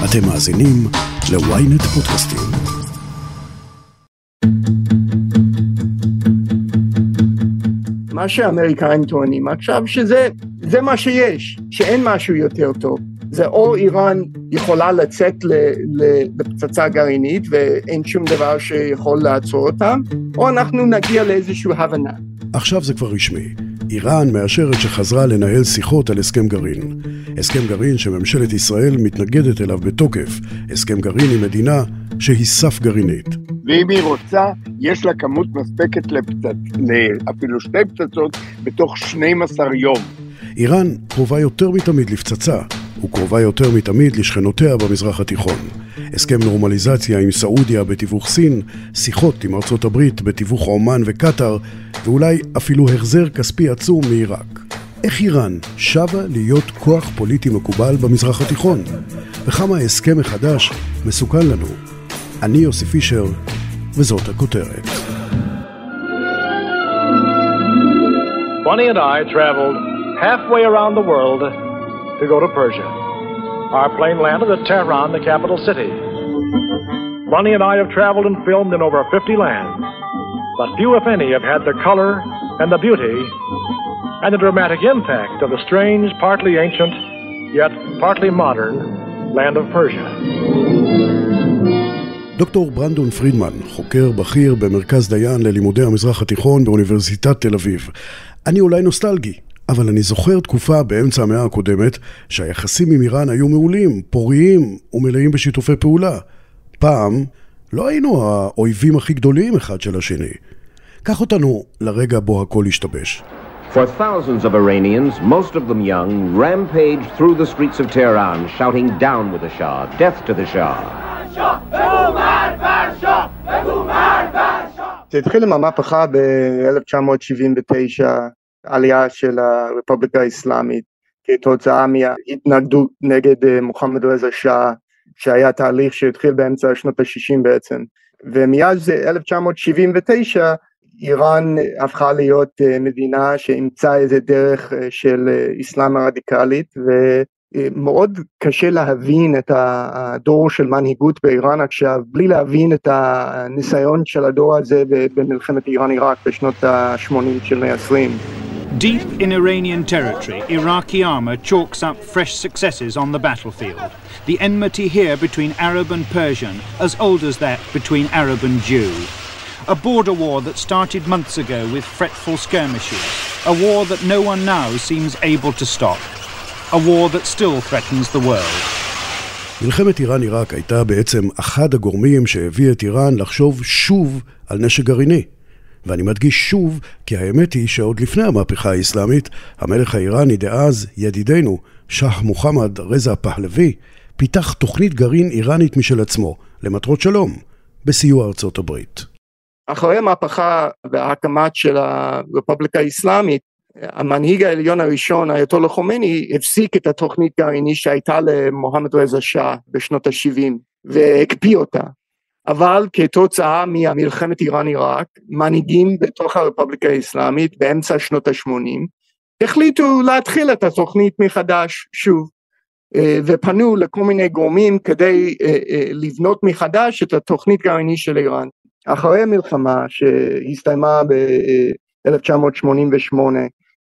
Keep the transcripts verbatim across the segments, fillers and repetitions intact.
אתם מאזינים ל-ynet פודקאסטים. מה שהאמריקאים טוענים עכשיו שזה זה מה שיש, שאין משהו יותר טוב. זה או איראן יכולה לצאת לפצצה גרעינית ואין שום דבר שיכול לעצור אותם, או אנחנו נגיע לאיזשהו הבנה. עכשיו זה כבר רשמי. איראן מאשרת שחזרה לנהל שיחות על הסכם גרעין. הסכם גרעין שממשלת ישראל מתנגדת אליו בתוקף. הסכם גרעין עם מדינה שהיא סף גרעינית. ואם היא רוצה, יש לה כמות מספקת לפצצ... אפילו שתי פצצות בתוך שנים עשר יום. איראן קרובה יותר מתמיד לפצצה, וקרובה יותר מתמיד לשכנותיה במזרח התיכון. הסכם נורמליזציה עם סעודיה בתיווך סין, שיחות עם ארצות הברית בתיווך עומן וקטר, ואולי אפילו החזר כספי עצום מעיראק. איך איראן שווה להיות כוח פוליטי מקובל במזרח התיכון? וכמה ההסכם מחדש מסוכן לנו? אני יוסי פישר, וזאת הכותרת. Bonnie and I traveled halfway around the world to go to Persia. Our plane landed at Tehran, the capital city. Bonnie and I have traveled and filmed in over fifty lands, but few, if any, have had the color and the beauty and the dramatic impact of the strange, partly ancient, yet partly modern land of Persia. דוקטור ברנדון פרידמן, חוקר בכיר במרכז דיין ללימודי המזרח התיכון באוניברסיטת תל אביב. אני אולי נוסטלגי, אבל אני זוכר תקופה באמצע המאה הקודמת שהיחסים עם איראן היו מעולים, פוריים ומלאים בשיתופי פעולה. פעם לא היינו האויבים הכי גדולים אחד של השני. קח אותנו לרגע בו הכל השתבש. For thousands of Iranians, most of them young, rampaged through the streets of Tehran, shouting down with the Shah, death to the Shah. זה התחיל עם המהפכה ב-אלף תשע מאות שבעים ותשע, עלייה של הרפובליקה האסלאמית, כתוצאה מהתנגדות נגד מוחמד רזה שאה, שהיה תהליך שהתחיל באמצע שנות ה-שישים בעצם. ומאז אלף תשע מאות שבעים ותשע, איראן הפכה להיות מדינה שאימצה איזה דרך של אסלאם הרדיקלית, ומאוד קשה להבין את הדור של מנהיגות באיראן עכשיו, בלי להבין את הניסיון של הדור הזה במלחמת איראן-עיראק בשנות ה-שמונים של המאה ה-עשרים. Deep in Iranian territory, Iraqi armor chalks up fresh successes on the battlefield. The enmity here between Arab and Persian, as old as that between Arab and Jew. A border war that started months ago with fretful skirmishes. A war that no one now seems able to stop. A war that still threatens the world. מלחמת איראן-עיראק הייתה בעצם אחד הגורמים שהביא את איראן לחשוב שוב על נשק גרעיני. ואני מדגיש שוב, כי האמת היא שעוד לפני המהפכה האסלאמית, המלך האיראני דאז, ידידנו, שח מוחמד רזה פהלוי, פיתח תוכנית גרעין איראנית משל עצמו, למטרות שלום, בסיוע ארצות הברית. אחרי המהפכה וההקמת של הרפובליקה האסלאמית, המנהיג העליון הראשון, האייתוללה חומייני, הפסיק את התוכנית גרעינית שהייתה למוחמד רזה שאה בשנות ה-שבעים, והקפיא אותה. אבל כתוצאה ממלחמת איראן-עיראק, מנהיגים בתוך הרפובליקה האסלאמית באמצע שנות ה-שמונים, החליטו להתחיל את התוכנית מחדש שוב, ופנו לכל מיני גורמים כדי לבנות מחדש את התוכנית גרעינית של איראן. אחרי המלחמה שהסתיימה ב-אלף תשע מאות שמונים ושמונה,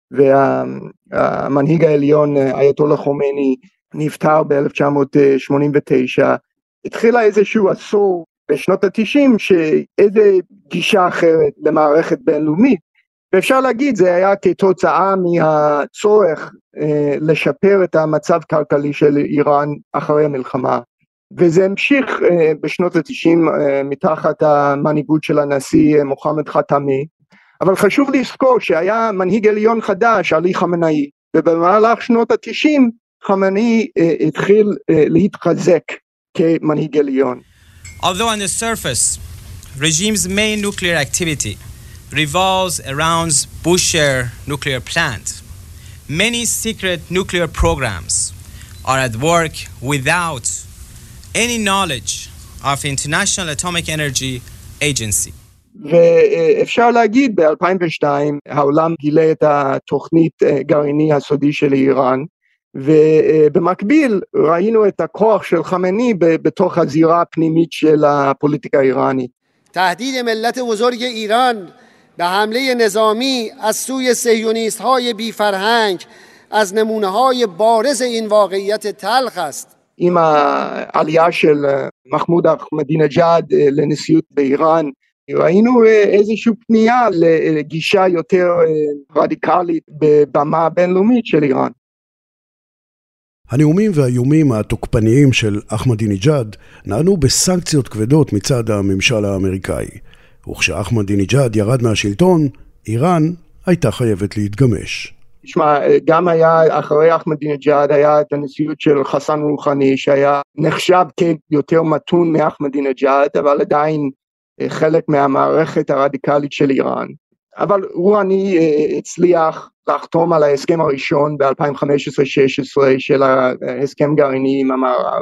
והמנהיג העליון אייתוללה חומייני נפטר ב-אלף תשע מאות שמונים ותשע, התחילה איזשהו עשור בשנות ה-תשעים שאיזה גישה אחרת למערכת בינלאומית, ואפשר להגיד זה היה כתוצאה מהצורך אה, לשפר את המצב כלכלי של איראן אחרי המלחמה, וזה המשיך אה, בשנות ה-תשעים אה, מתחת המנהיגות של הנשיא מוחמד חתמי, אבל חשוב לזכור שהיה מנהיג עליון חדש, עלי חמנאי, ובמהלך שנות ה-תשעים חמנאי אה, התחיל אה, להתחזק כמנהיג עליון. Although on the surface, regime's main nuclear activity revolves around Bushehr nuclear plant, many secret nuclear programs are at work without any knowledge of International Atomic Energy Agency. ואפשר להגיד ב-אלפיים ושתיים העולם גילה את התוכנית גרעיני הסודי של איראן, ובמקביל ראינו את הכוח של חמני בתוך הזירה הפנימית של הפוליטיקה האיראנית. تهدید ملت بزرگ ایران به حمله نظامی از سوی صهیونیست‌های بی‌فرهنگ از نمونه‌های بارز این واقعیت تلخ است. עם העלייה של מחמוד אחמדינג'אד לנשיאות באיראן, ראינו איזושהי פנייה לגישה יותר רדיקלית בבמה הבינלאומית של איראן. הנאומים והאיומים התוקפניים של אחמדינג'אד נענו בסנקציות כבדות מצד הממשל האמריקאי. וכשאחמדינג'אד ירד מהשלטון, איראן הייתה חייבת להתגמש. תשמע, גם היה, אחרי אחמדינג'אד היה את הנשיאות של חסן רוחני, שהיה נחשב כיותר מתון מאחמדינג'אד, אבל עדיין חלק מהמערכת הרדיקלית של איראן. אבל רוחני הצליח לחתום על ההסכם הראשון ב-אלפיים וחמש עשרה שש עשרה של ההסכם גרעיני עם המערב.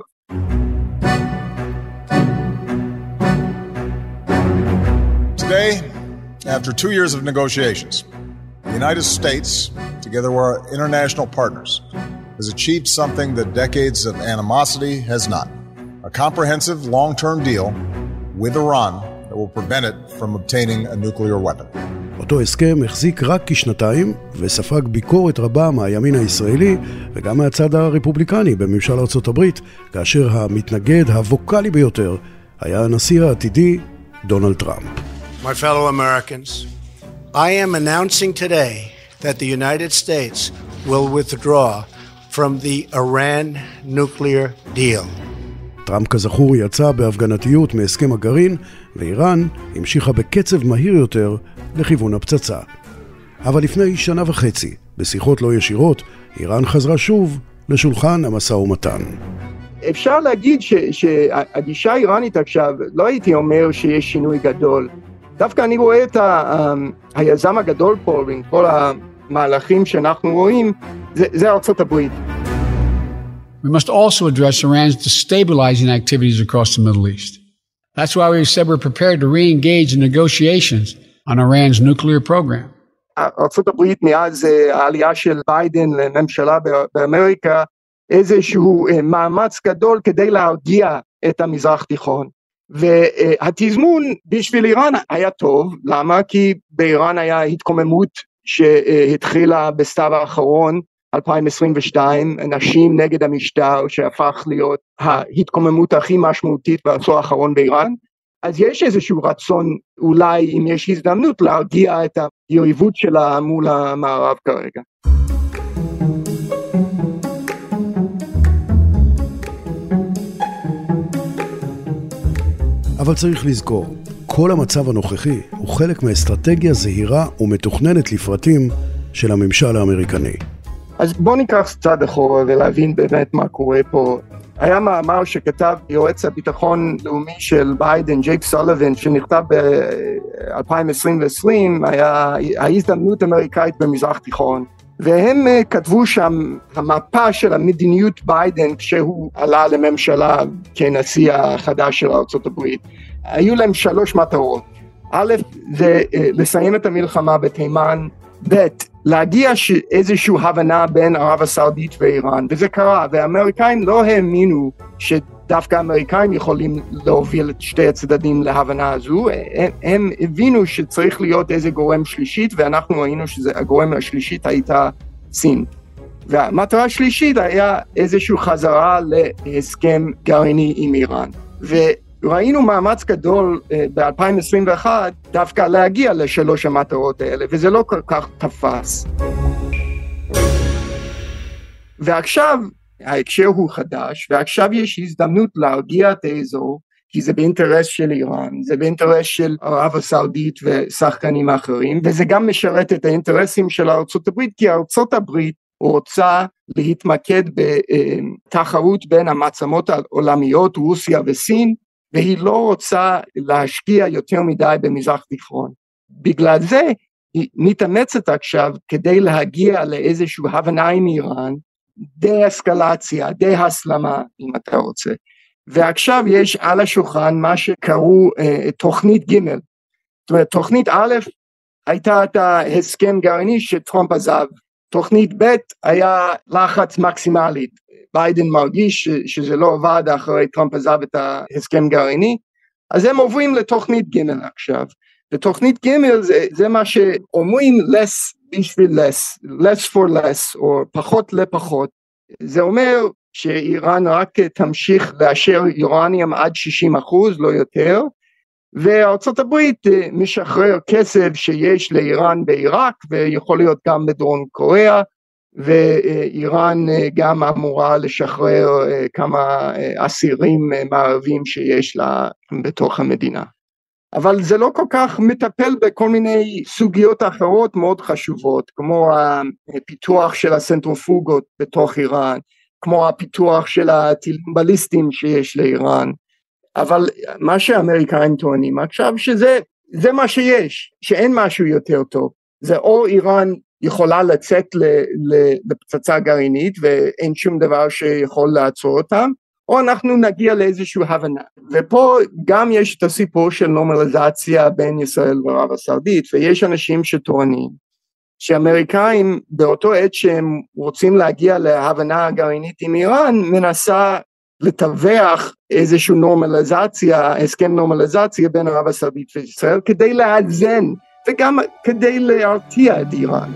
Today, after two years of negotiations, the United States, together with our international partners, has achieved something that decades of animosity has not. A comprehensive long-term deal with Iran that will prevent it from obtaining a nuclear weapon. אותו הסכם החזיק רק כשנתיים וספג ביקורת רבה מהימין הישראלי וגם מהצד הרפובליקני בממשל ארצות הברית, כאשר המתנגד הווקלי ביותר היה הנשיא העתידי דונלד טראמפ. My fellow Americans, I am announcing today that the United States will withdraw from the Iran nuclear deal. טראמפ כזכור יצא בהפגנתיות מהסכם הגרעין, ואיראן המשיכה בקצב מהיר יותר לכיוון הפצצה. אבל לפני שנה וחצי, בשיחות לא ישירות, איראן חזרה שוב לשולחן המשא ומתן. אפשר להגיד ש, שהגישה האיראנית עכשיו, לא הייתי אומר שיש שינוי גדול. דווקא אני רואה את ה, היזם הגדול פה, עם כל המהלכים שאנחנו רואים, זה, זה ארצות הברית. We must also address Iran's destabilizing activities across the Middle East. That's why we said we're prepared to re-engage in negotiations on Iran's nuclear program. ארצות הברית מאז העלייה של ביידן לממשלה באמריקה, איזשהו מאמץ גדול כדי להרגיע את המזרח תיכון. והתזמון בשביל איראן היה טוב, למה? כי באיראן היה התקוממות שהתחילה בסתיו האחרון, אלפיים עשרים ושתיים, נשים נגד המשטר שהפך להיות ההתקוממות הכי משמעותית בעשור האחרון באיראן, אז יש איזשהו רצון, אולי אם יש הזדמנות, להרגיע את היריבות שלה מול המערב כרגע. אבל צריך לזכור, כל המצב הנוכחי הוא חלק מאסטרטגיה זהירה ומתוכננת לפרטים של הממשל האמריקני. אז בוא ניקח צעד אחורה ולהבין באמת מה קורה פה. היה מאמר שכתב יועץ הביטחון לאומי של ביידן, ג'ייק סוליבן, שנכתב ב-אלפיים עשרים, היה ההזדמנות האמריקאית במזרח תיכון. והם כתבו שם המפה של המדיניות ביידן כשהוא עלה לממשלה כנשיא החדש של ארצות הברית. היו להם שלוש מטרות. א', זה לסיים את המלחמה בתימן, ב', להגיע איזושהי הבנה בין ערב הסעודית ואיראן, וזה קרה, והאמריקאים לא האמינו שדווקא האמריקאים יכולים להוביל את שתי הצדדים להבנה הזו, הם, הם הבינו שצריך להיות איזה גורם שלישית, ואנחנו ראינו שהגורם השלישית הייתה סין. והמטרה השלישית היה איזושהי חזרה להסכם גרעיני עם איראן. וראינו מאמץ גדול ב-אלפיים עשרים ואחת דווקא להגיע לשלוש המטרות האלה, וזה לא כל כך תפס. ועכשיו ההקשר הוא חדש, ועכשיו יש הזדמנות להרגיע את האזור, כי זה באינטרס של איראן, זה באינטרס של ערב הסעודית ושחקנים אחרים, וזה גם משרת את האינטרסים של ארצות הברית, כי ארצות הברית רוצה להתמקד בתחרות בין המעצמות העולמיות, רוסיה וסין, והיא לא רוצה להשקיע יותר מדי במזרח תיכון. בגלל זה היא מתאמצת עכשיו כדי להגיע לאיזושהי הבנה עם איראן, דה-אסקלציה, דה-הסלמה, אם אתה רוצה. ועכשיו יש על השולחן מה שקראו אה, תוכנית ג'. זאת אומרת, תוכנית א' הייתה את ההסכם גרעיני שטראמפ עזב תוכנית ב' היה לחץ מקסימלית. ביידן מרגיש שזה לא עבד אחרי טראמפ עזב את ההסכם גרעיני, אז הם עוברים לתוכנית ג' עכשיו. ותוכנית ג' זה, זה מה שאומרים less בשביל less, less for less, או פחות לפחות. זה אומר שאיראן רק תמשיך לאשר יורניום עד שישים אחוז, לא יותר, וארצות הברית משחרר כסף שיש לאיראן בעיראק, ויכול להיות גם בדרום קוריאה, ואיראן גם אמורה לשחרר כמה אסירים מערבים שיש לה בתוך המדינה. אבל זה לא כל כך מטפל בכל מיני סוגיות אחרות מאוד חשובות, כמו הפיתוח של הסנטריפוגות בתוך איראן, כמו הפיתוח של הטילים בליסטיים שיש לאיראן, אבל מה שהאמריקאים טוענים עכשיו שזה זה מה שיש, שאין משהו יותר טוב, זה או איראן יכולה לצאת לפצצה גרעינית ואין שום דבר שיכול לעצור אותם, או אנחנו נגיע לאיזשהו הבנה. ופה גם יש את הסיפור של נורמליזציה בין ישראל וערב הסעודית, ויש אנשים שטוענים שאמריקאים באותו עת שהם רוצים להגיע להבנה גרעינית עם איראן, מנסה לתווך איזשהו נורמליזציה, הסכם נורמליזציה בין ערב הסעודית וישראל, כדי לאזן וגם כדי להרתיע את איראן.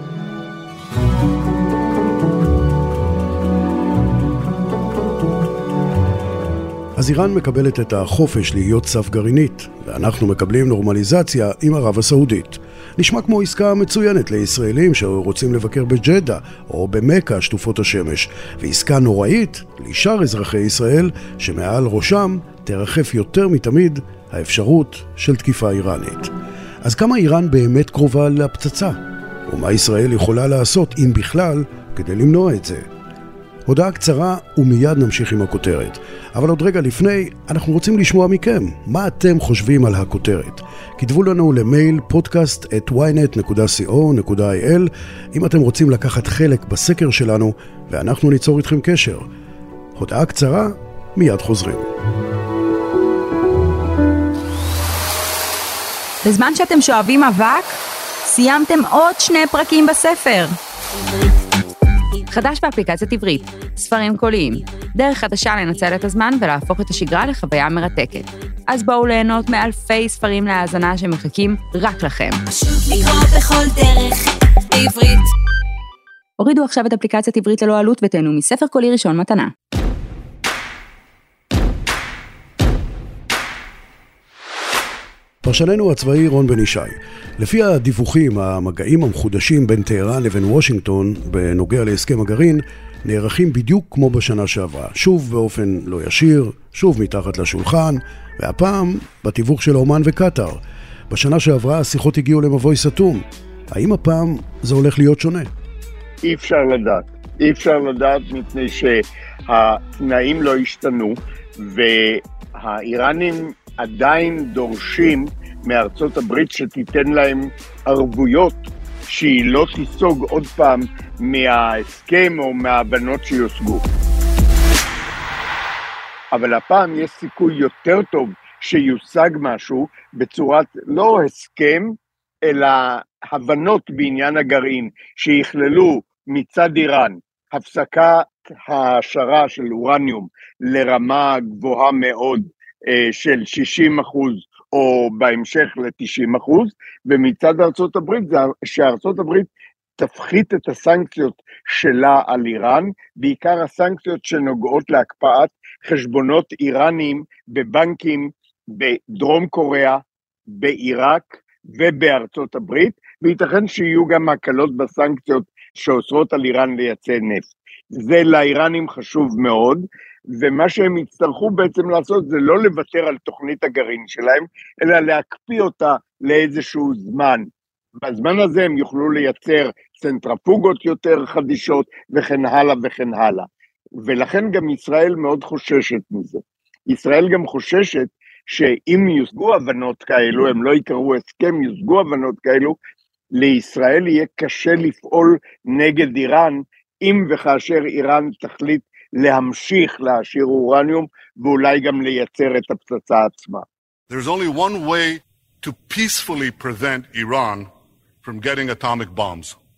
אז איראן מקבלת את החופש להיות סף גרעינית, ואנחנו מקבלים נורמליזציה עם ערב הסעודית. נשמע כמו עסקה מצוינת לישראלים שרוצים לבקר בג'דה או במכה שטופות השמש, ועסקה נוראית לשאר אזרחי ישראל שמעל ראשם תרחף יותר מתמיד האפשרות של תקיפה איראנית. אז כמה איראן באמת קרובה להפצצה? ומה ישראל יכולה לעשות, אם בכלל, כדי למנוע את זה? הודעה קצרה ומיד נמשיך עם הכותרת. אבל עוד רגע לפני, אנחנו רוצים לשמוע מכם. מה אתם חושבים על הכותרת? כתבו לנו למייל פודקאסט את וואי נט נקודה סי או נקודה איי אל אם אתם רוצים לקחת חלק בסקר שלנו, ואנחנו ניצור איתכם קשר. הודעה קצרה, מיד חוזרים. בזמן שאתם שואבים אבק, סיימתם עוד שני פרקים בספר. חדש באפליקציית עברית, ספרים קוליים, דרך חדשה לנצל את הזמן ולהפוך את השגרה לחוויה מרתקת. אז בואו ליהנות מאלפי ספרים להאזנה שמחכים רק לכם. פשוט לקרוא בכל דרך, בעברית. הורידו עכשיו את אפליקציית עברית ללא עלות ותהנו מספר קולי ראשון מתנה. פרשננו הצבאי רון בן ישי. לפי הדיווחים, המגעים המחודשים בין טהרן לבין וושינגטון בנוגע להסכם הגרעין נערכים בדיוק כמו בשנה שעברה, שוב באופן לא ישיר, שוב מתחת לשולחן, והפעם בתיווך של אומן וקטר. בשנה שעברה השיחות הגיעו למבוי סתום. האם הפעם זה הולך להיות שונה? אי אפשר לדעת. אי אפשר לדעת מפני שהתנאים לא השתנו, והאיראנים עדיין דורשים מארצות הברית שתיתן להם ערבויות שהיא לא תיסוג עוד פעם מההסכם או מההבנות שיושגו. אבל הפעם יש סיכוי יותר טוב שיושג משהו בצורת לא הסכם, אלא הבנות בעניין הגרעין שיכללו מצד איראן הפסקת ההעשרה של אורניום לרמה גבוהה מאוד של שישים אחוז או בהמשך ל-תשעים אחוז, ומצד ארצות הברית זה שארצות הברית תפחית את הסנקציות שלה על איראן, בעיקר הסנקציות שנוגעות להקפאת חשבונות איראנים בבנקים בדרום קוריאה, בעיראק ובארצות הברית, וייתכן שיהיו גם הקלות בסנקציות שאוסרות על איראן לייצא נפט. זה לאיראנים חשוב מאוד, ומה שהם יצטרכו בעצם לעשות זה לא לוותר על תוכנית הגרעין שלהם, אלא להקפיא אותה לאיזשהו זמן. בזמן הזה הם יוכלו לייצר צנטרפוגות יותר חדישות וכן הלאה וכן הלאה. ולכן גם ישראל מאוד חוששת מזה. ישראל גם חוששת שאם יושגו הבנות כאלו, הם לא יקראו הסכם, יושגו הבנות כאלו, לישראל יהיה קשה לפעול נגד איראן, אם וכאשר איראן תחליט להמשיך להשאיר אורניום, ואולי גם לייצר את הפצצה עצמה. There's only one way to peacefully prevent Iran from getting atomic bombs,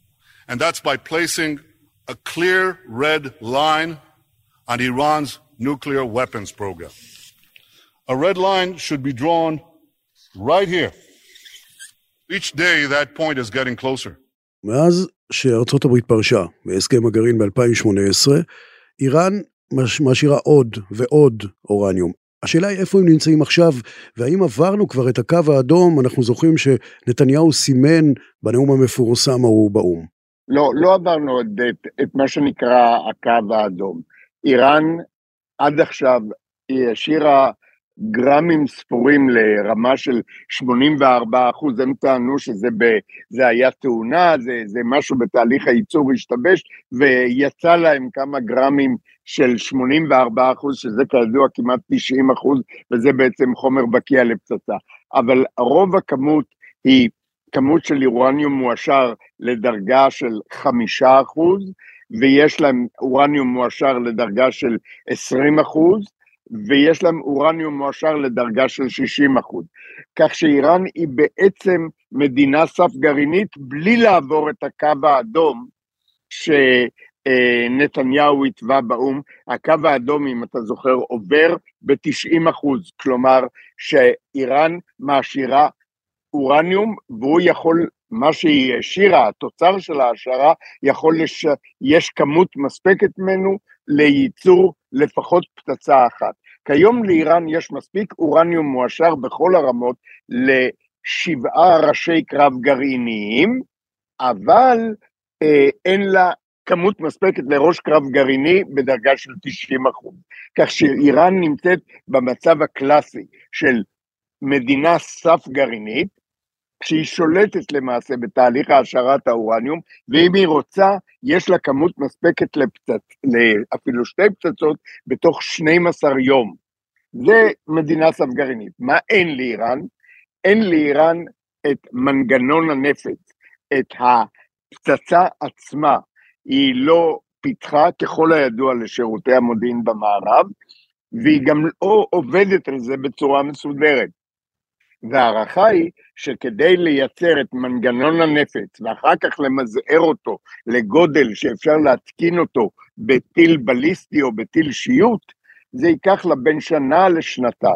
And that's by placing a clear red line on Iran's nuclear weapons program. A red line should be drawn right here. Each day that point is getting closer. מאז שארצות הברית פרשה בהסכם הגרעין ב-אלפיים שמונה עשרה, איראן משאירה עוד ועוד אורניום. השאלה היא איפה הם נמצאים עכשיו, והאם עברנו כבר את הקו האדום. אנחנו זוכרים שנתניהו סימן בנאום המפורסם ההוא באום. לא, לא עברנו עוד את, את מה שנקרא הקו האדום. איראן עד עכשיו היא השאירה גרמים ספורים לרמה של שמונים וארבעה אחוז, הם טענו שזה ב, זה היה תאונה, זה, זה משהו בתהליך הייצור השתבש, ויצא להם כמה גרמים של שמונים וארבעה אחוז, שזה כידוע כמעט תשעים אחוז, וזה בעצם חומר בקיע לפצצה. אבל רוב הכמות היא כמות של אורניום מועשר לדרגה של חמישה אחוז, ויש להם אורניום מועשר לדרגה של עשרים אחוז, ויש להם אורניום מועשר לדרגה של שישים אחוז. כך שאיראן היא בעצם מדינה סף גרעינית, בלי לעבור את הקו האדום שנתניהו התווה באום. הקו האדום, אם אתה זוכר, עובר ב-תשעים אחוז, כלומר שאיראן מעשירה אורניום, והוא יכול, מה שהיא השאירה, התוצר של ההשערה, יכול לש... יש כמות מספקת ממנו לייצור לפחות פצצה אחת. כיום לאיראן יש מספיק אורניום מועשר בכל הרמות לשבעה ראשי קרב גרעיניים, אבל אה, אין לה כמות מספקת לראש קרב גרעיני בדרגה של תשעים אחוז. כך שאיראן נמצאת במצב הקלאסי של מדינה סף גרעינית, שהיא שולטת למעשה בתהליך העשרת האורניום, ואם היא רוצה, יש לה כמות מספקת לפצצ... אפילו שתי פצצות בתוך שנים עשר יום. זה מדינה סף גרעינית. מה אין לאיראן? אין לאיראן את מנגנון הנפץ, את הפצצה עצמה. היא לא פיתחה ככל הידוע לשירותי המודיעין במערב, והיא גם לא עובדת על זה בצורה מסודרת. והערכה היא שכדי לייצר את מנגנון הנפץ, ואחר כך למזער אותו לגודל שאפשר להתקין אותו בטיל בליסטי או בטיל שיוט, זה ייקח לה בין שנה לשנתיים.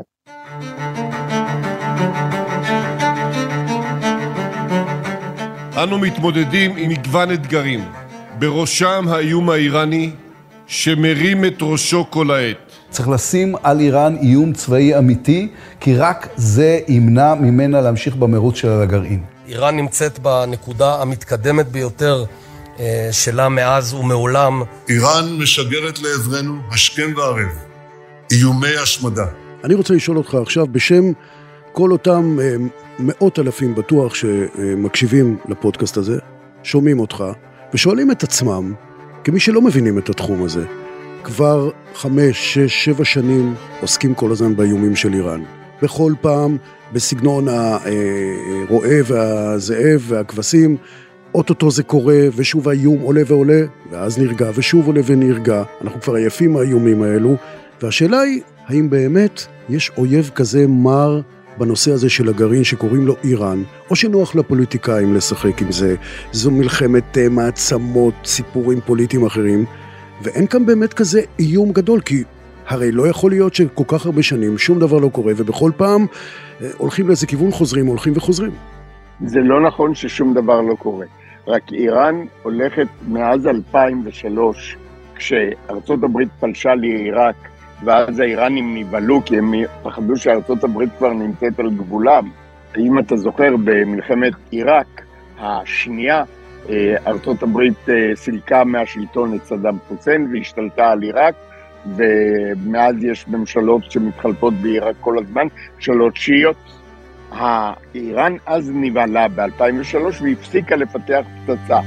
אנו מתמודדים עם מגוון אתגרים, בראשם האיום האיראני שמרים את ראשו כל העת. צריך לשים על איראן איום צבאי אמיתי, כי רק זה ימנע ממנה להמשיך במרוץ שלה לגרעין. איראן נמצאת בנקודה המתקדמת ביותר שלה מאז ומעולם. איראן משגרת לעברנו השכם והערב איומי השמדה. אני רוצה לשאול אותך עכשיו בשם כל אותם מאות אלפים בטוח שמקשיבים לפודקאסט הזה, שומעים אותך ושואלים את עצמם, כמי שלא מבינים את התחום הזה, כבר חמש, שש, שבע שנים עוסקים כל הזמן באיומים של איראן. בכל פעם בסגנון הרועה והזאב והכבשים, אוטוטו זה קורה ושוב האיום עולה ועולה, ואז נרגע ושוב עולה ונרגע. אנחנו כבר עייפים מהאיומים האלו, והשאלה היא, האם באמת יש אויב כזה מר בנושא הזה של הגרעין שקוראים לו איראן, או שנוח לפוליטיקאים לשחק עם זה, זו מלחמת מעצמות, סיפורים פוליטיים אחרים, ואין כאן באמת כזה איום גדול, כי הרי לא יכול להיות שכל כך הרבה שנים שום דבר לא קורה, ובכל פעם הולכים לאיזה כיוון חוזרים, הולכים וחוזרים. זה לא נכון ששום דבר לא קורה, רק איראן הולכת מאז אלפיים ושלוש, כשארצות הברית פלשה לעיראק, ואז האיראנים נבהלו, כי הם פחדו שארצות הברית כבר נמצאת על גבולם. אם אתה זוכר, במלחמת עיראק השנייה, ארצות הברית סילקה מהשלטון את סדאם חוסיין והשתלטה על עיראק, ומאז יש ממשלות שמתחלפות בעיראק כל הזמן, ממשלות שיעיות. האיראן אז נבהלה ב-אלפיים ושלוש והפסיקה לפתח פצצה.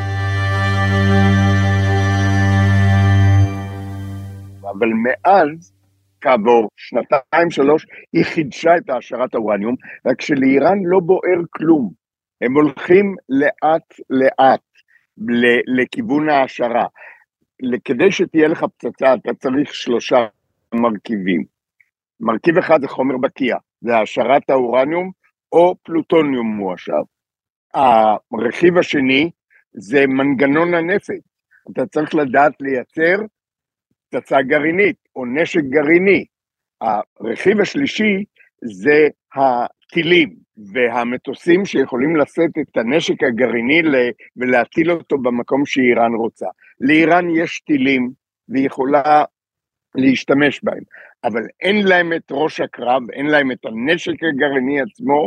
אבל מאז, כעבור שנתיים שלוש, היא חידשה את העשרת האורניום, רק שלאיראן לא בוער כלום. הם הולכים לאט לאט לכיוון העשרה. כדי שתהיה לך פצצה, אתה צריך שלושה מרכיבים. מרכיב אחד זה חומר בקיע, זה העשרת האורניום או פלוטוניום מועשר. הרכיב השני זה מנגנון הנפץ. אתה צריך לדעת לייצר פצצה גרעינית או נשק גרעיני. הרכיב השלישי זה הטילים והמטוסים שיכולים לשאת את הנשק הגרעיני ולהטיל אותו במקום שאיראן רוצה. לאיראן יש טילים והיא יכולה להשתמש בהם, אבל אין להם את ראש הקרב, אין להם את הנשק הגרעיני עצמו,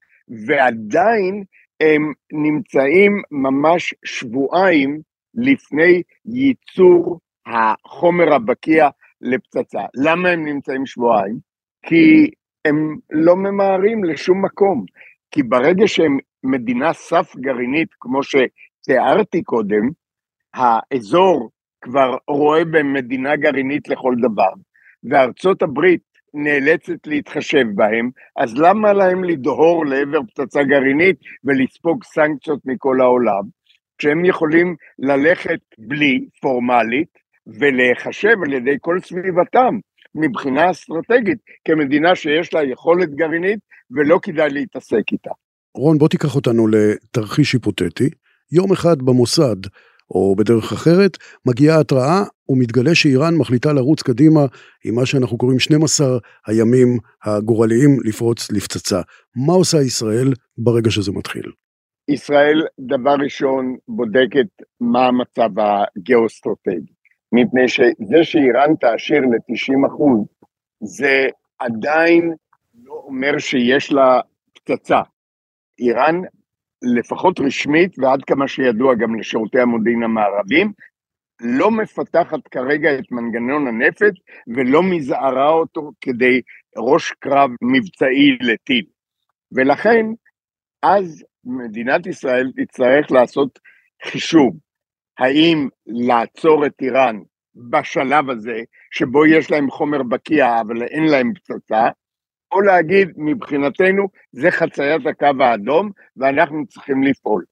ועדיין הם נמצאים ממש שבועיים לפני ייצור החומר הבקיע לפצצה. למה הם נמצאים שבועיים? כי הם לא ממהרים לשום מקום, כי ברגע שהם מדינה סף גרעינית, כמו שתיארתי קודם, האזור כבר רואה במדינה גרעינית לכל דבר, וארצות הברית נאלצת להתחשב בהם, אז למה להם לדהור לעבר פצצה גרעינית ולספוג סנקציות מכל העולם, כשהם יכולים ללכת בלי פורמלית ולהיחשב על ידי כל סביבתם, מבחינה אסטרטגית, כמדינה שיש לה יכולת גרעינית ולא כדאי להתעסק איתה. רון, בוא תיקח אותנו לתרחיש היפותטי. יום אחד במוסד, או בדרך אחרת, מגיעה התראה ומתגלה שאיראן מחליטה לרוץ קדימה עם מה שאנחנו קוראים שנים עשר הימים הגורליים לפרוץ לפצצה. מה עושה ישראל ברגע שזה מתחיל? ישראל דבר ראשון בודקת מה המצב הגיאוסטרטגי. מפני שזה שאיראן תאשר ל-תשעים אחוז, זה עדיין לא אומר שיש לה פצצה. איראן, לפחות רשמית, ועד כמה שידוע גם לשירותי המודיעין המערבים, לא מפתחת כרגע את מנגנון הנפץ, ולא מזערה אותו כדי ראש קרב מבצעי לטיל. ולכן, אז מדינת ישראל תצטרך לעשות חישוב, האם לעצור את איראן בשלב הזה, שבו יש להם חומר בקיע, אבל אין להם פצצה, או להגיד, מבחינתנו, זה חציית הקו האדום, ואנחנו צריכים לפעול.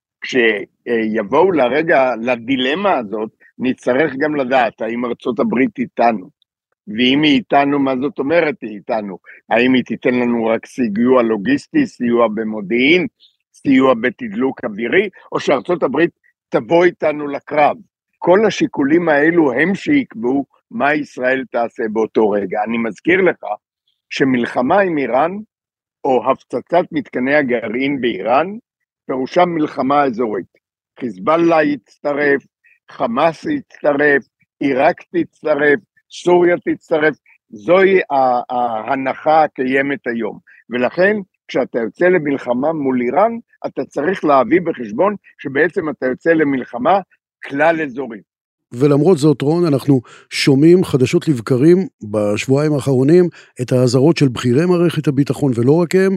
כשיבואו לרגע, לדילמה הזאת, נצטרך גם לדעת, האם ארצות הברית איתנו, ואם היא איתנו, מה זאת אומרת היא איתנו? האם היא תיתן לנו רק סיוע לוגיסטי, סיוע במודיעין, סיוע בתדלוק אווירי, או שארצות הברית תבוא איתנו לקרב. כל השיקולים האלו הם שיקבעו מה ישראל תעשה באותו רגע. אני מזכיר לך שמלחמה עם איראן, או הפצצת מתקני הגרעין באיראן, פירושה מלחמה אזורית. חיזבאללה יצטרף, חמאס יצטרף, עיראק תצטרף, סוריה תצטרף, זוהי ההנחה הקיימת היום. ולכן, כשאתה יוצא למלחמה מול איראן, אתה צריך להביא בחשבון שבעצם אתה יוצא למלחמה כלל אזורית. ולמרות זאת, רון, אנחנו שומעים חדשות לבקרים בשבועיים האחרונים את האזהרות של בכירי מערכת הביטחון, ולא רק הם,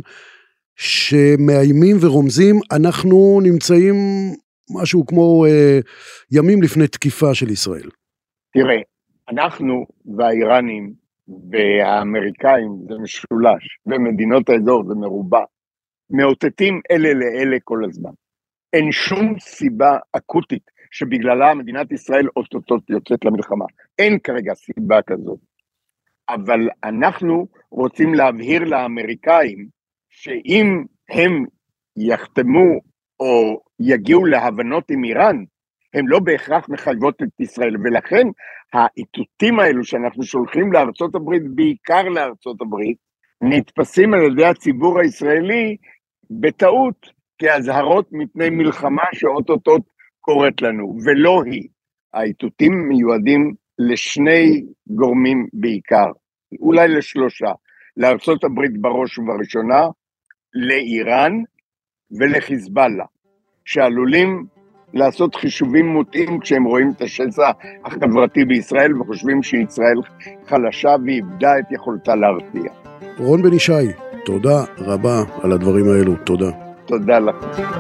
שמאיימים ורומזים, אנחנו נמצאים משהו כמו אה, ימים לפני תקיפה של ישראל. תראה, אנחנו והאיראנים והאמריקאים, זה משולש, ומדינות האזור זה מרובע, מאותתים אלה לאלה כל הזמן. אין שום סיבה אקוטית שבגללה מדינת ישראל אוטוטוט יוצאת למלחמה. אין כרגע סיבה כזאת. אבל אנחנו רוצים להבהיר לאמריקאים שאם הם יחתמו או יגיעו להבנות עם איראן, הם לא בהכרח מחייבות את ישראל, ולכן האיתותים האלו שאנחנו שולחים לארצות הברית, בעיקר לארצות הברית, נתפסים על ידי הציבור הישראלי בטעות, כהזהרות מפני מלחמה שאוטוטוט קוראת לנו, ולא היא. האיתותים מיועדים לשני גורמים בעיקר, אולי לשלושה, לארצות הברית בראש ובראשונה, לאיראן ולחיזבאללה, שעלולים לעשות חישובים מוטעים כשהם רואים את השסע החברתי בישראל, וחושבים שישראל חלשה ואיבדה את יכולתה להרתיע. רון בן ישי, תודה רבה על הדברים האלו, תודה. תודה לך.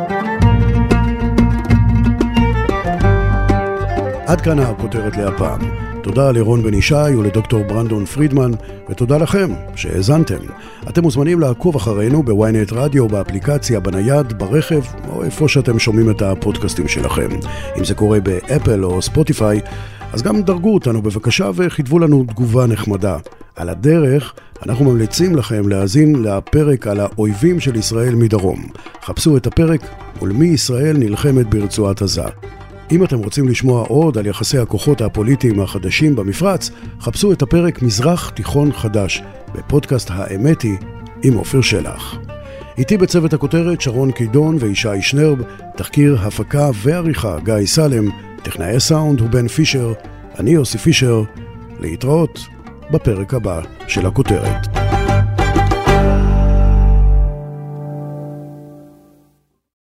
עד כאן הכותרת להפעם. תודה לרון בן ישי ולדוקטור ברנדון פרידמן, ותודה לכם שהאזנתם. אתם מוזמנים לעקוב אחרינו בוויינט רדיו, באפליקציה, בנייד, ברכב, או איפה שאתם שומעים את הפודקאסטים שלכם. אם זה קורה באפל או ספוטיפיי, אז גם דרגו אותנו בבקשה וכתבו לנו תגובה נחמדה. על הדרך אנחנו ממליצים לכם להאזין לפרק על האויבים של ישראל מדרום. חפשו את הפרק מול מי ישראל נלחמת ברצועת עזה. אם אתם רוצים לשמוע עוד על יחסי הכוחות הפוליטיים החדשים במפרץ, חפשו את הפרק מזרח תיכון חדש בפודקאסט האמת היא עם אופיר שלח. איתי בצוות הכותרת שרון קידון וישי שנרב, תחקיר, הפקה ועריכה גיא סלם, טכנאי סאונד ובן פישר, אני יוסי פישר, להתראות בפרק הבא של הכותרת.